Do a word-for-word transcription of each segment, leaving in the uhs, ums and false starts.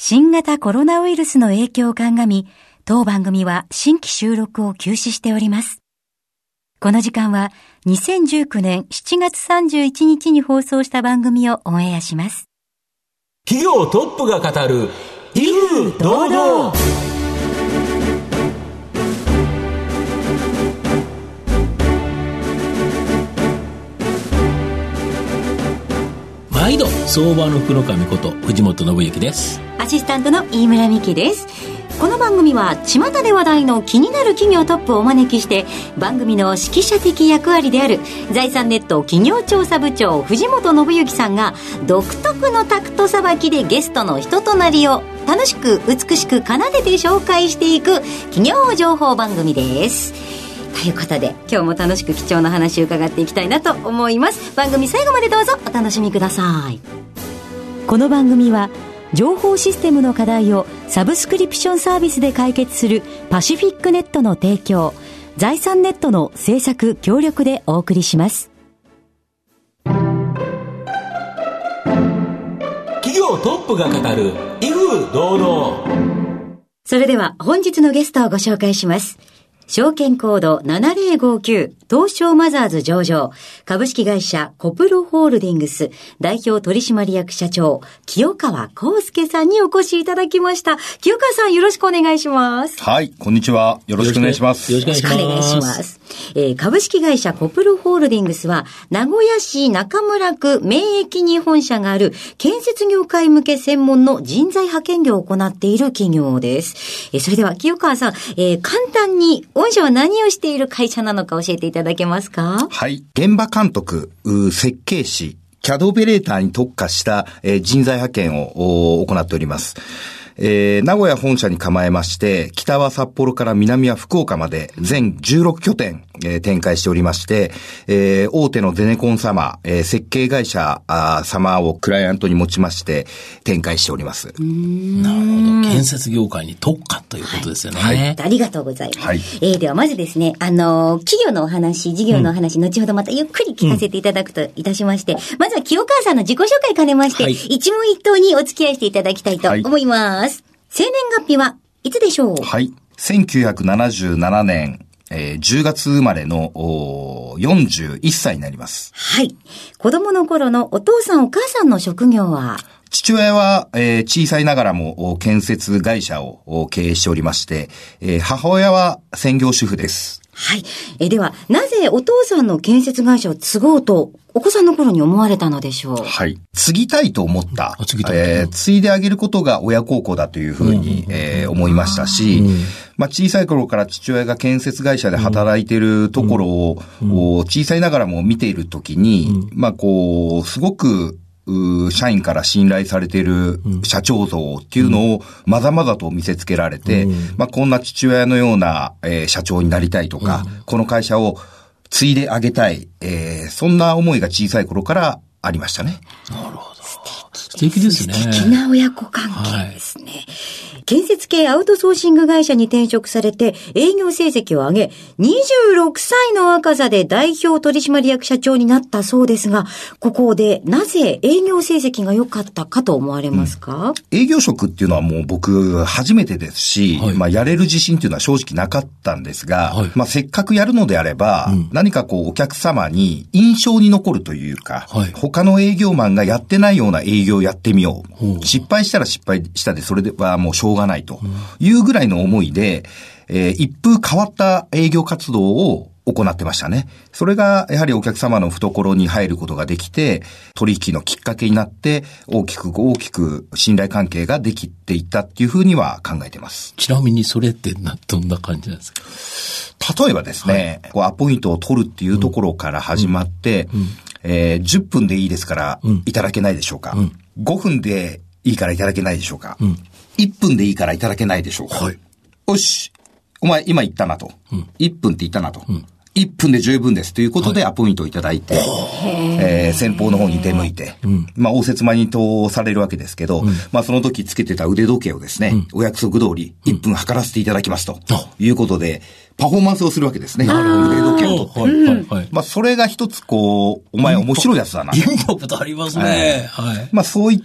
新型コロナウイルスの影響を鑑み、当番組は新規収録を休止しております。この時間はにせんじゅうきゅうねんしちがつさんじゅういちにちに放送した番組をオンエアします。 企業トップが語る威風堂々。毎度相場の福の神こと藤本信之です。 アシスタントの飯村美希です。この番組は巷で話題の気になる企業トップをお招きして、番組の指揮者的役割である財産ネット企業調査部長藤本信之さんが独特のタクトさばきでゲストの人となりを楽しく美しく奏でて紹介していく企業情報番組です。ということで今日も楽しく貴重な話を伺っていきたいなと思います。番組最後までどうぞお楽しみください。この番組は情報システムの課題をサブスクリプションサービスで解決するパシフィックネットの提供、財産ネットの制作協力でお送りします。 企業トップが語る威風堂々。 それでは本日のゲストをご紹介します。証券コードななぜろごきゅう東証マザーズ上場株式会社コプロホールディングス代表取締役社長清川康介さんにお越しいただきました。清川さん、よろしくお願いします。 はい、こんにちは。よろしくお願いします。 よろしくお願いします。えー、株式会社コプロホールディングスは名古屋市中村区名駅に本社がある建設業界向け専門の人材派遣業を行っている企業です。えー、それでは清川さん、えー、簡単に御社は何をしている会社なのか教えていただけますか？ はい。現場監督、設計士、キャド オペレーターに特化した、えー、人材派遣を行っております。えー、名古屋本社に構えまして、北は札幌から南は福岡まで全じゅうろくきょてん、えー、展開しておりまして、えー、大手のゼネコン様、えー、設計会社様をクライアントに持ちまして展開しております。 なるほど。建設業界に特化ということですよね。 はいはい、ありがとうございます。 はい、 えー、ではまずですね、あのー、企業のお話、事業のお話、うん、後ほどまたゆっくり聞かせていただくといたしまして、うん、まずは清川さんの自己紹介兼ねまして、はい、一問一答にお付き合いしていただきたいと思います。はい、生年月日はいつでしょう？ はい。せんきゅうひゃくななじゅうななねん、えー、じゅうがつ生まれのよんじゅういっさいになります。 はい。子供の頃のお父さんお母さんの職業は？ 父親は、えー、小さいながらも建設会社を経営しておりまして、えー、母親は専業主婦です。 はい。えー、では、なぜお父さんの建設会社を継ごうとお子さんの頃に思われたのでしょう？ はい。継ぎたいと思った。 継ぎたい。 えー、継いであげることが親孝行だというふうに、うんえー、思いましたし、うん、まあ小さい頃から父親が建設会社で働いているところを、うんうん、小さいながらも見ているときに、うん、まあこう、すごく、社員から信頼されている社長像っていうのをまざまざと見せつけられて、うん、まあこんな父親のような、えー、社長になりたいとか、うん、この会社を継いであげたい、えー、そんな思いが小さい頃からありましたね。 なるほど。素敵ですね。 素敵な親子関係ですね。はい、建設系アウトソーシング会社に転職されて営業成績を上げ、にじゅうろくさいの若さで代表取締役社長になったそうですが、ここでなぜ営業成績が良かったかと思われますか？ うん、営業職っていうのはもう僕初めてですし、はい、まあやれる自信っていうのは正直なかったんですが、はい、まあせっかくやるのであれば、うん、何かこうお客様に印象に残るというか、はい、他の営業マンがやってないような営業をやってみよう。失敗したら失敗したでそれではもうしょうがないというぐらいの思いで、えー、一風変わった営業活動を行ってましたね。それがやはりお客様の懐に入ることができて、取引のきっかけになって大きく大きく信頼関係ができていったっていうふうには考えています。 ちなみにそれってどんな感じなんですか？ 例えばですね、はい、こうアポイントを取るっていうところから始まって、うんうんえー、じゅっぷんでいいですからいただけないでしょうか、うん、ごふんでいいからいただけないでしょうか、うん、いっぷんでいいからいただけないでしょうか、はい、よしお前今言ったなと、うん、いっぷんって言ったなと、うん、いっぷんで十分ですということでアポイントをいただいて、はいえー、先方の方に出向いて、うん、まあ応接間に通されるわけですけど、うん、まあその時つけてた腕時計をですね、うん、お約束通りいっぷん測らせていただきますということで、 パフォーマンスをするわけですね。 なるほど。 腕時計を取って。はいはいはい。まあ、それが一つこう、お前面白いやつだな。 インパクトありますね。 はい。まあ、そういった、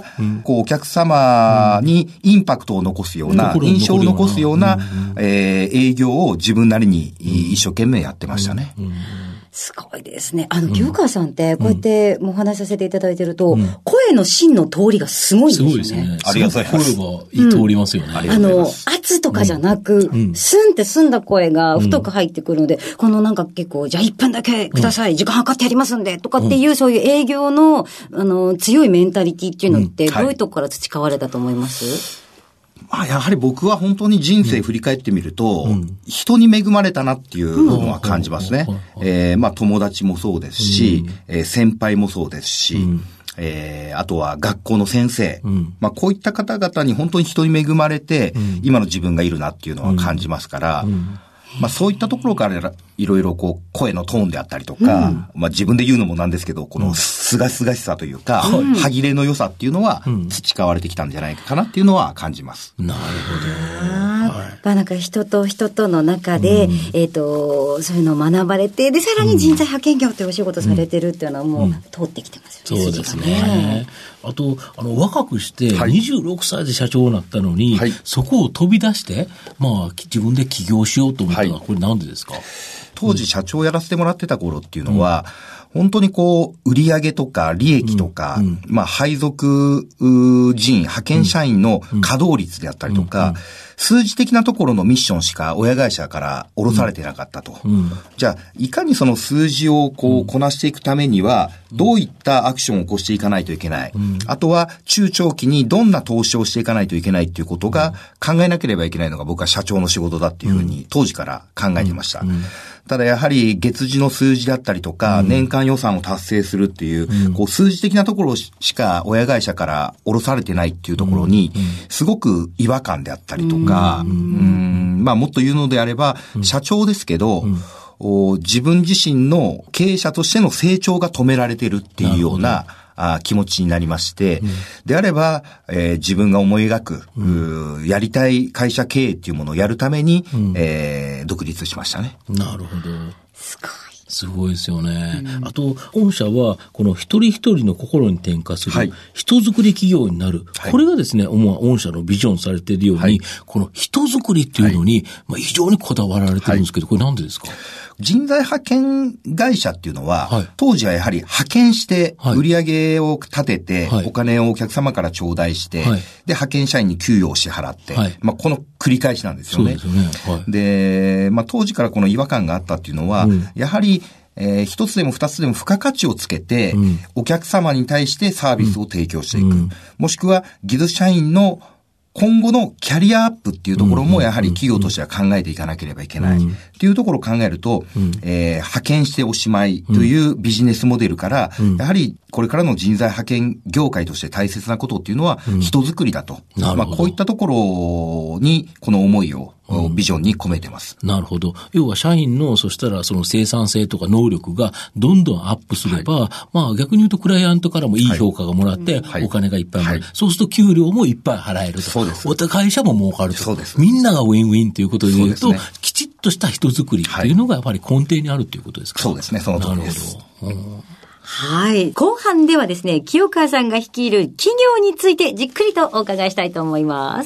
こう、お客様にインパクトを残すような、印象を残すような、えー、営業を自分なりに一生懸命やってましたね。 すごいですね。あの、清川さんって、こうやってお話しさせていただいてると、うん、声の芯の通りがすごいんですよね。すごいですね。 ありがとうございます。 声が通りますよね。うん、 あの、圧とかじゃなく、うん、スンって澄んだ声が太く入ってくるので、うん、このなんか結構、じゃあいっぷんだけください、うん、時間計ってやりますんで、とかっていう、うん、そういう営業の、あの、強いメンタリティっていうのって、どういうとこから培われたと思います？うんはいまあ、やはり僕は本当に人生振り返ってみると、うん、人に恵まれたなっていうのは感じますね。えー、まあ友達もそうですし、うんえー、先輩もそうですし、うんえー、あとは学校の先生、うん、まあこういった方々に本当に人に恵まれて、うん、今の自分がいるなっていうのは感じますから、うんうんまあそういったところからいろいろこう声のトーンであったりとか、うん、まあ自分で言うのもなんですけど、このすがすがしさというか、うん、歯切れの良さっていうのは培われてきたんじゃないかなっていうのは感じます。 うん、なるほど。 はい、まあなんか人と人との中で、うん、えっと、そういうのを学ばれて、で、さらに人材派遣業ってお仕事されてるっていうのはもう通ってきてますよね。 うん、そうですね。あと、あの、若くしてにじゅうろくさいで社長になったのに、はい、そこを飛び出して、まあ自分で起業しようと思ったのは、これなんでですか？ 当時社長をやらせてもらってた頃っていうのは、うん、本当にこう、売上とか利益とか、うんうん、まあ配属人、派遣社員の稼働率であったりとか、うんうん、数字的なところのミッションしか親会社から下ろされてなかったと。うんうん、じゃあ、いかにその数字をこう、こなしていくためには、どういったアクションを起こしていかないといけない。うん、あとは、中長期にどんな投資をしていかないといけないっていうことが考えなければいけないのが僕は社長の仕事だっていうふうに当時から考えていました。うんうんただやはり月次の数字だったりとか、うん、年間予算を達成するっていう、うん、こう数字的なところしか親会社から下ろされてないっていうところに、すごく違和感であったりとか、うん、うんまあもっと言うのであれば、うん、社長ですけど、うん、自分自身の経営者としての成長が止められてるっていうような、あ気持ちになりまして、うん、であれば、えー、自分が思い描く、うん、やりたい会社経営っていうものをやるために、うんえー、独立しましたね。 なるほど。 すごい。 すごいですよね。うん、あと、御社は、この一人一人の心に転化する、人づくり企業になる。はい、これがですね、御社のビジョンされているように、はい、この人づくりっていうのに、はいまあ、非常にこだわられてるんですけど、はい、これなんでですか？ 人材派遣会社っていうのは、はい、当時はやはり派遣して売り上げを立てて、はい、お金をお客様から頂戴して、はい、で派遣社員に給与を支払って、はい、まあこの繰り返しなんですよね。そうですよね。はい、で、まあ当時からこの違和感があったっていうのは、うん、やはりえー、一つでも二つでも付加価値をつけて、うん、お客様に対してサービスを提供していく。うん、もしくは技術社員の今後のキャリアアップっていうところもやはり企業としては考えていかなければいけない。っていうところを考えると、えー、派遣しておしまいというビジネスモデルから、やはりこれからの人材派遣業界として大切なことっていうのは人づくりだと。まあこういったところにこの思いをビジョンに込めてます。 なるほど。要は社員のそしたらその生産性とか能力がどんどんアップすれば、はい、まあ逆に言うとクライアントからもいい評価がもらって、はい、お金がいっぱいもらえる、はい。そうすると給料もいっぱい払えると。 そうです。 お会社も儲かると。 そうです。 みんながウィンウィンということで言うと、うね、きちっとした人づくりっていうのがやっぱり根底にあるということですか？ そうですね。その通りです。 なるほど。 はい。後半ではですね、清川さんが率いる企業についてじっくりとお伺いしたいと思います。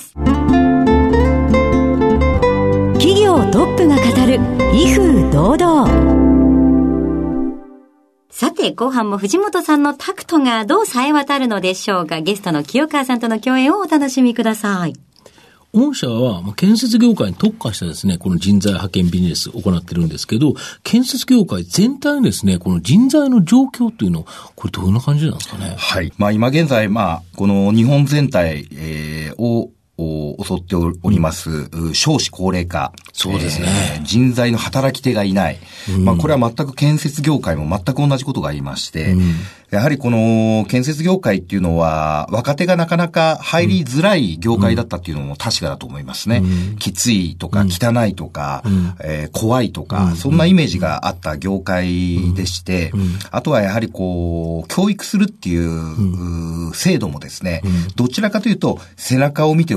企業トップが語る威風堂々。さて、後半も藤本さんのタクトがどう冴え渡るのでしょうか。ゲストの清川さんとの共演をお楽しみください。 御社は建設業界に特化したですね、この人材派遣ビジネスを行っているんですけど、建設業界全体にですね、この人材の状況というのは、これどんな感じなんですかね。 はい。まあ今現在、まあ、この日本全体、えー、を襲っております、うん、少子高齢化。 そうですね、 えー。人材の働き手がいない。うん、まあこれは全く建設業界も全く同じことが言いまして、うん、やはりこの建設業界っていうのは若手がなかなか入りづらい業界だったっていうのも確かだと思いますね。うん、きついとか汚いとか、うんえー、怖いとか、うん、そんなイメージがあった業界でして、うん、あとはやはりこう教育するっていう、うん、制度もですね、うん、どちらかというと背中を見て覚えろと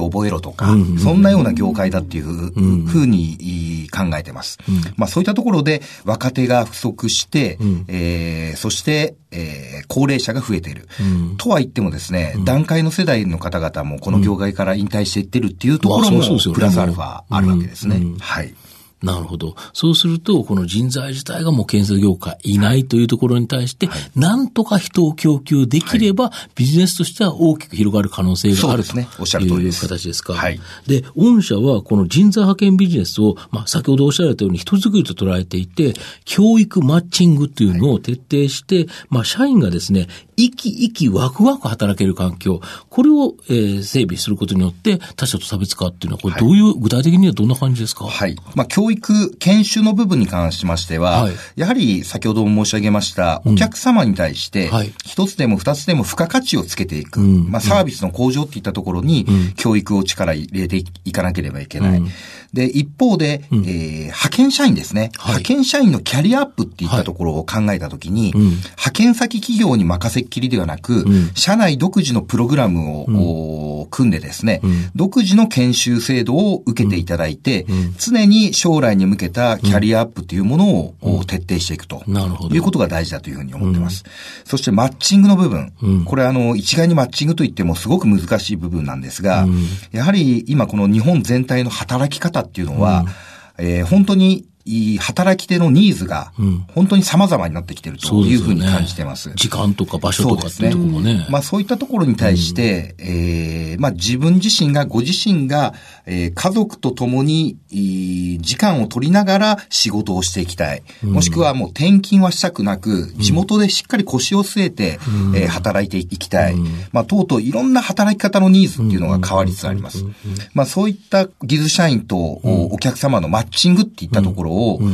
とか、うんうん、そんなような業界だっていうふうに考えてます。うん、まあそういったところで若手が不足して、うん、えー、そして、えー、高齢者が増えている、うん。とは言ってもですね、うん、段階の世代の方々もこの業界から引退していってるっていうところもプラスアルファあるわけですね。うんうん、はい。 なるほど。そうすると、この人材自体がもう建設業界いないというところに対して、はい、なんとか人を供給できれば、はい、ビジネスとしては大きく広がる可能性があるという形ですか。 はい。 で、御社はこの人材派遣ビジネスを、まあ、先ほどおっしゃられたように人づくりと捉えていて、教育マッチングというのを徹底して、はい、まあ、社員がですね、生き生きワクワク働ける環境、これを、えー、整備することによって、他社と差別化っていうのは、これどういう、はい、具体的にはどんな感じですか？ はい。まあ、教育、研修の部分に関しましては、はい、やはり先ほども申し上げました、お客様に対して、一つでも二つでも付加価値をつけていく、うん、まあ、サービスの向上っていったところに、うん、教育を力入れていかなければいけない。うん、で、一方で、うん、えー、派遣社員ですね、はい。派遣社員のキャリアアップっていったところを考えたときに、はい、派遣先企業に任せっきりではなく、うん、社内独自のプログラムを、うん、組んでですね、うん、独自の研修制度を受けていただいて、うん、常に将来に向けたキャリアアップというものを、うん、徹底していくと、うん、いうことが大事だというふうに思ってます。うん、そしてマッチングの部分、うん、これあの一概にマッチングといってもすごく難しい部分なんですが、うん、やはり今この日本全体の働き方っていうのは、うん、えー、本当に働き手のニーズが本当に様々になってきているというふうに感じています。 うん、時間とか場所とかっていうところもね。 ね、まあそういったところに対して、うん、えー、まあ自分自身がご自身が、えー、家族と共に時間を取りながら仕事をしていきたい。うん、もしくはもう転勤はしたくなく、地元でしっかり腰を据えて、うん、えー、働いていきたい。うん、まあとうとういろんな働き方のニーズっていうのが変わりつつあります。まあそういった技術社員とお客様のマッチングっていったところを、うん、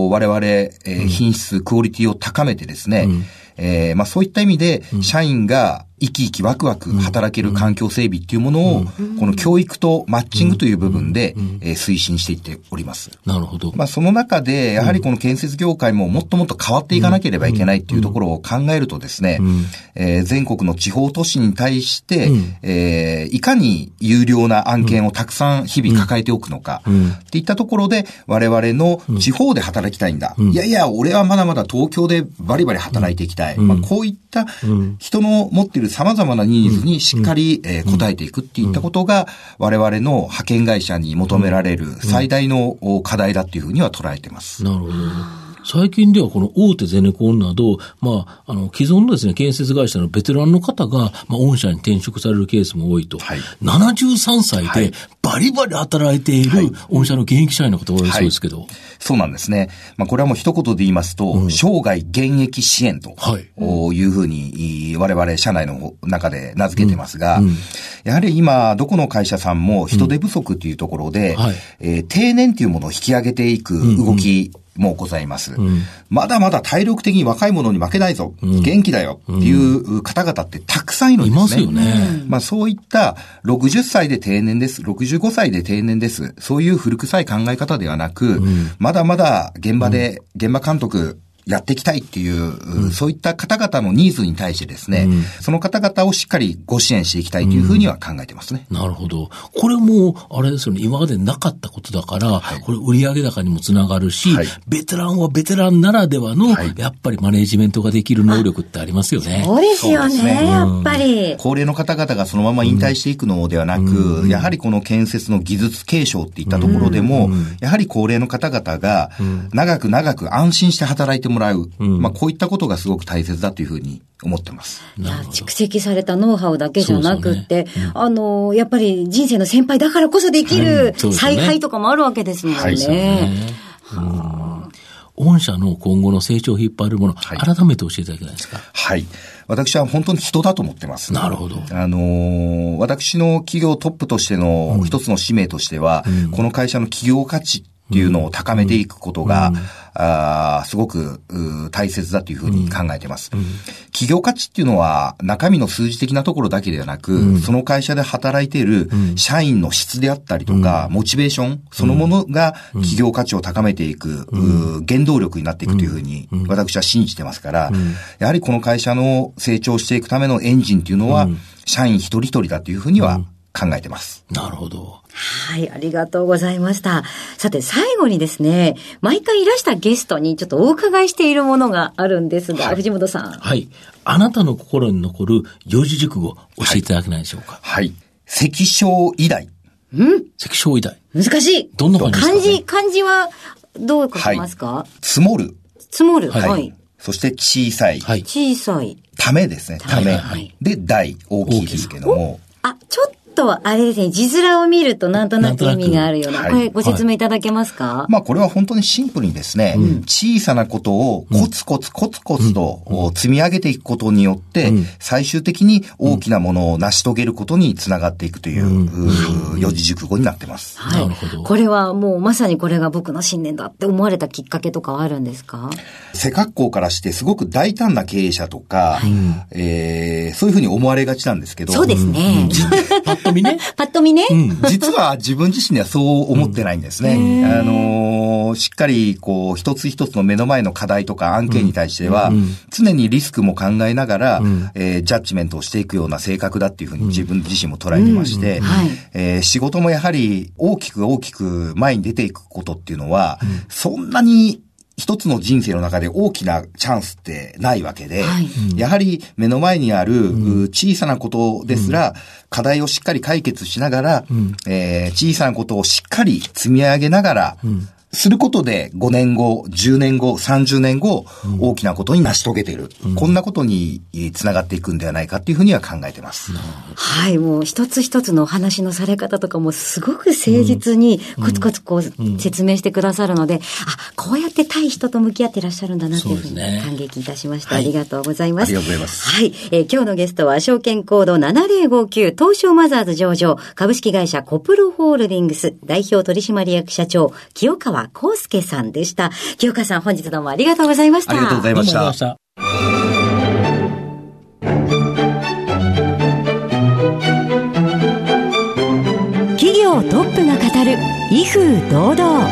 我々、えー、品質、クオリティを高めてですね、うん、えー、まあそういった意味で、社員が生き生きワクワク働ける環境整備っていうものを、この教育とマッチングという部分で、えー、推進していっております。 なるほど。 まあその中で、やはりこの建設業界ももっともっと変わっていかなければいけないっていうところを考えるとですね、えー、全国の地方都市に対して、えー、いかに有料な案件をたくさん日々抱えておくのか、っていったところで、我々の地方で働きたいんだ。いやいや、俺はまだまだ東京でバリバリ働いていきたい。まあこういった人の持っている様々なニーズにしっかり、えー、応えていくっていったことが、我々の派遣会社に求められる最大の課題だっていうふうには捉えています。 なるほど。最近ではこの大手ゼネコンなど、まあ、あの、既存のですね、建設会社のベテランの方が、まあ、御社に転職されるケースも多いと。はい、ななじゅうさんさいでバリバリ働いている御社の現役社員の方が多いそうですけど、はいはい、 そうなんですね。まあ、これはもう一言で言いますと、うん、生涯現役支援というふうに、我々社内の中で名付けてますが、うんうん、やはり今、どこの会社さんも人手不足というところで、うん、はい、えー、定年というものを引き上げていく動き、うんうんもうございます、うん。まだまだ体力的に若い者に負けないぞ、うん、元気だよっていう方々ってたくさんいるんですね。 いますよね。 まあそういったろくじゅっさいで定年です、ろくじゅうごさいで定年です、そういう古臭い考え方ではなく、うん、まだまだ現場で、うん、現場監督やっていきたいっていう、うん、そういった方々のニーズに対してですね、うん、その方々をしっかりご支援していきたいというふうには考えてますね。 うん、なるほど。これも、あれですよね、今までなかったことだから、はい、これ売上高にもつながるし、はい、ベテランはベテランならではの、はい、やっぱりマネージメントができる能力ってありますよね。 そうですよね、ね、やっぱり。 高齢の方々がそのまま引退していくのではなく、うん、やはりこの建設の技術継承っていったところでも、うん、やはり高齢の方々が、長く長く安心して働いてもらう。うん、まあこういったことがすごく大切だというふうに思ってます。 いや、蓄積されたノウハウだけじゃなくって、ね、うん、あの、やっぱり人生の先輩だからこそできる采配とかもあるわけですもんね。はい、そうね。 御社の今後の成長を引っ張るもの、はい、改めて教えていただけないですか。 はい。私は本当に人だと思ってます。 なるほど。 あのー、私の企業トップとしての一つの使命としては、うん、この会社の企業価値っていうのを高めていくことが、うんうん、あすごく大切だというふうに考えています、うんうん。企業価値っていうのは中身の数字的なところだけではなく、うん、その会社で働いている社員の質であったりとか、うん、モチベーションそのものが企業価値を高めていく、うん、原動力になっていくというふうに私は信じてますから、うん、やはりこの会社の成長していくためのエンジンっていうのは、うん、社員一人一人だというふうには考えてます。 なるほど。 はい、ありがとうございました。さて、最後にですね、毎回いらしたゲストにちょっとお伺いしているものがあるんですが、はい、藤本さん。 はい。あなたの心に残る四字熟語、教えていただけないでしょうか。 はい。はい、関所医大。 ん関所医大。 難しい。 どんな感じですか、ね、 漢字、漢字はどう書きますか？ はい、積もる。 積もる。はい。はい、 そして小さい。 はい。小さい。 ためですね。ため。はいはい、で、大。大きいですけども。 あ、ちょっと。と、あれですね、字面を見るとなんとなく意味があるような、なこれご説明いただけますか？ はい、まあこれは本当にシンプルにですね、うん、小さなことをコツコツコツコツと積み上げていくことによって、うん、最終的に大きなものを成し遂げることにつながっていくという、うん、四字熟語になってます。 はい。なるほど。これはもうまさにこれが僕の信念だって思われたきっかけとかはあるんですか？ 背格好からしてすごく大胆な経営者とか、はい、えー、そういうふうに思われがちなんですけど。 そうですね。 うん、パッと見ね。 パッと見ね、うん。 実は自分自身にはそう思ってないんですね。うん、あのー、しっかりこう一つ一つの目の前の課題とか案件に対しては、うん、常にリスクも考えながら、うん、えー、ジャッジメントをしていくような性格だっていうふうに自分自身も捉えてまして、うんうん、はい、えー、仕事もやはり大きく大きく前に出ていくことっていうのは、うん、そんなに一つの人生の中で大きなチャンスってないわけで、はい、やはり目の前にある小さなことですら、課題をしっかり解決しながら、うん、えー、小さなことをしっかり積み上げながら、うん、することでごねんご、じゅうねんご、さんじゅうねんご、うん、大きなことに成し遂げている、うん。こんなことにつながっていくんではないかっていうふうには考えてます。 はい、もう一つ一つのお話のされ方とかもすごく誠実にコツコツこう説明してくださるので、うんうん、あ、こうやって対人と向き合ってらっしゃるんだなっていうふうに感激いたしました。ね、ありがとうございます。 はい、ありがとうございます。 はい、えー、今日のゲストは証券コードななぜろごきゅう東証マザーズ上場株式会社コプロホールディングス代表取締役社長清川康介さんでした。清川さん、本日どうもありがとうございました。 ありがとうございました。 企業トップが語る威風堂々。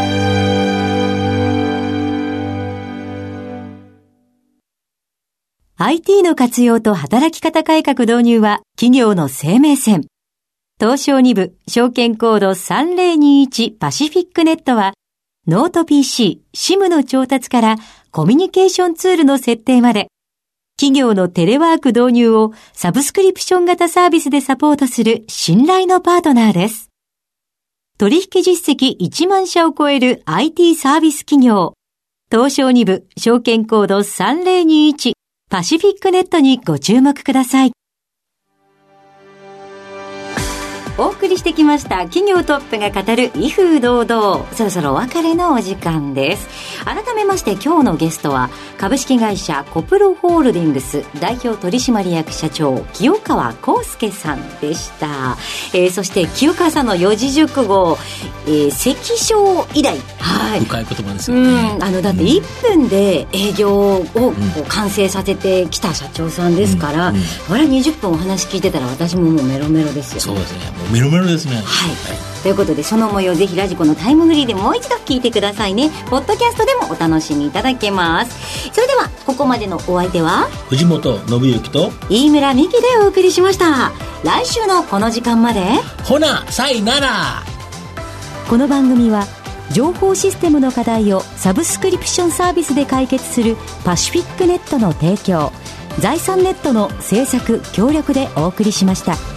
アイティー の活用と働き方改革導入は企業の生命線。東証に部証券コードさんぜろにいちパシフィックネットはノート ピーシー、シム の調達からコミュニケーションツールの設定まで、企業のテレワーク導入をサブスクリプション型サービスでサポートする信頼のパートナーです。取引実績いちまんしゃを超える アイティー サービス企業、東証に部証券コードさんぜろにいちパシフィックネットにご注目ください。お送りしてきました企業トップが語る威風堂々、そろそろお別れのお時間です。改めまして今日のゲストは株式会社コプロホールディングス代表取締役社長清川康介さんでした。えー、そして清川さんの四字熟語、えー、関所医大、はい、 深い言葉ですよね。 うん、あのだっていっぷんで営業をこう完成させてきた社長さんですから、うんうん、これはにじゅっぷんお話聞いてたら私ももうメロメロですよ。 そうですね、もうメロメロですね。はい、はい、 ということでその模様ぜひラジコのタイムフリーでもう一度聞いてくださいね。ポッドキャストでもお楽しみいただけます。それではここまでのお相手は藤本信之と飯村美希でお送りしました。来週のこの時間までほなさいなら。 この番組は情報システムの課題をサブスクリプションサービスで解決するパシフィックネットの提供、財産ネットの制作協力でお送りしました。